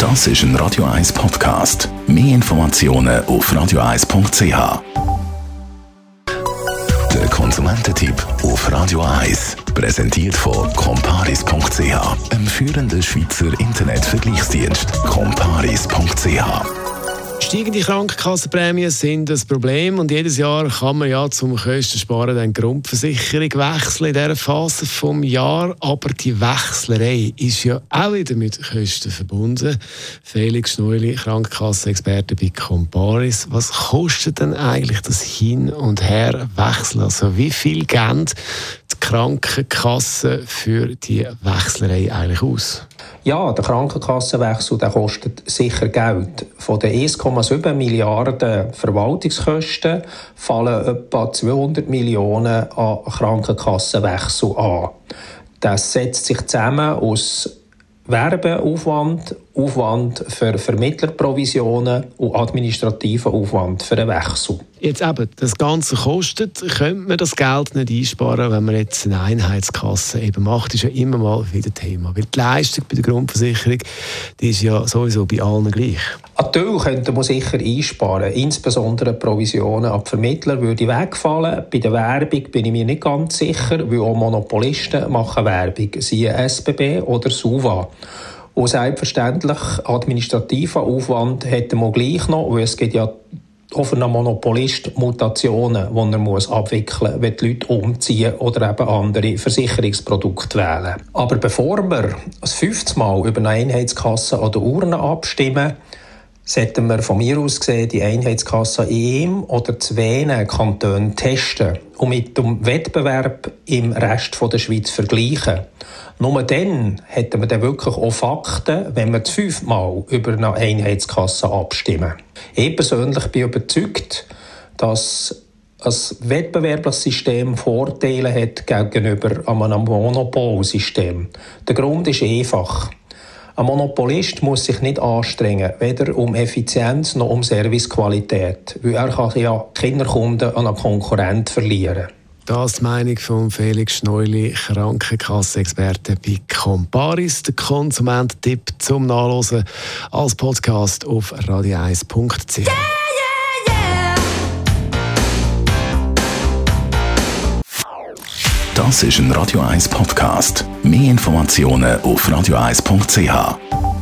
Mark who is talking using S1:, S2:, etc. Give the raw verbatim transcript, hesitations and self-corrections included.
S1: Das ist ein Radio eins Podcast. Mehr Informationen auf radio eins punkt c h. Der Konsumententipp auf Radio eins. Präsentiert von comparis punkt c h, einem führenden Schweizer Internetvergleichsdienst. comparis punkt c h.
S2: Steigende Krankenkassenprämien sind ein Problem und jedes Jahr kann man ja zum Kostensparen die Grundversicherung wechseln in dieser Phase des Jahres. Aber die Wechslerei ist ja auch wieder mit Kosten verbunden. Felix Schneuli, Krankenkassenexperte bei Comparis. Was kostet denn eigentlich das Hin- und Herwechseln? Also wie viel geben die Krankenkassen für die Wechslerei eigentlich aus?
S3: Ja, der Krankenkassenwechsel der kostet sicher Geld. Von den eins Komma sieben Milliarden Verwaltungskosten fallen etwa zweihundert Millionen an Krankenkassenwechsel an. Das setzt sich zusammen aus Werbeaufwand, Aufwand für Vermittlerprovisionen und administrativen Aufwand für den Wechsel.
S2: Jetzt eben, das Ganze kostet. Könnte man das Geld nicht einsparen, wenn man jetzt eine Einheitskasse eben macht? Das ist ja immer mal wieder Thema. Weil die Leistung bei der Grundversicherung, die ist ja sowieso bei allen gleich.
S3: Ein Teil könnte man sicher einsparen. Insbesondere Provisionen an die Vermittler würde wegfallen. Bei der Werbung bin ich mir nicht ganz sicher, weil auch Monopolisten machen Werbung, siehe S B B oder SUVA. Und selbstverständlich administrativer Aufwand hätte man gleich noch, weil es gibt ja auf einen Monopolist Mutationen, die er muss abwickeln muss, wenn die Leute umziehen oder eben andere Versicherungsprodukte wählen. Aber bevor wir das fünfte Mal über eine Einheitskasse an der Urne abstimmen, sollten wir von mir aus gesehen die Einheitskasse in einem oder zwei Kantonen testen und mit dem Wettbewerb im Rest der Schweiz vergleichen. Nur dann hätten wir dann wirklich auch Fakten, wenn wir das fünfte Mal über eine Einheitskasse abstimmen. Ich persönlich bin überzeugt, dass ein Wettbewerbssystem Vorteile hat gegenüber einem Monopolsystem. Der Grund ist einfach. Ein Monopolist muss sich nicht anstrengen, weder um Effizienz noch um Servicequalität, weil er kann ja keine Kunden an einen Konkurrent verlieren.
S2: Das ist die Meinung von Felix Schneuli, Krankenkassenexperte bei Comparis. Der Konsumententipp zum Nachlesen als Podcast auf radio eins punkt c h.
S1: Yeah, yeah, yeah. Das ist ein Radio eins Podcast. Mehr Informationen auf radio eins punkt c h.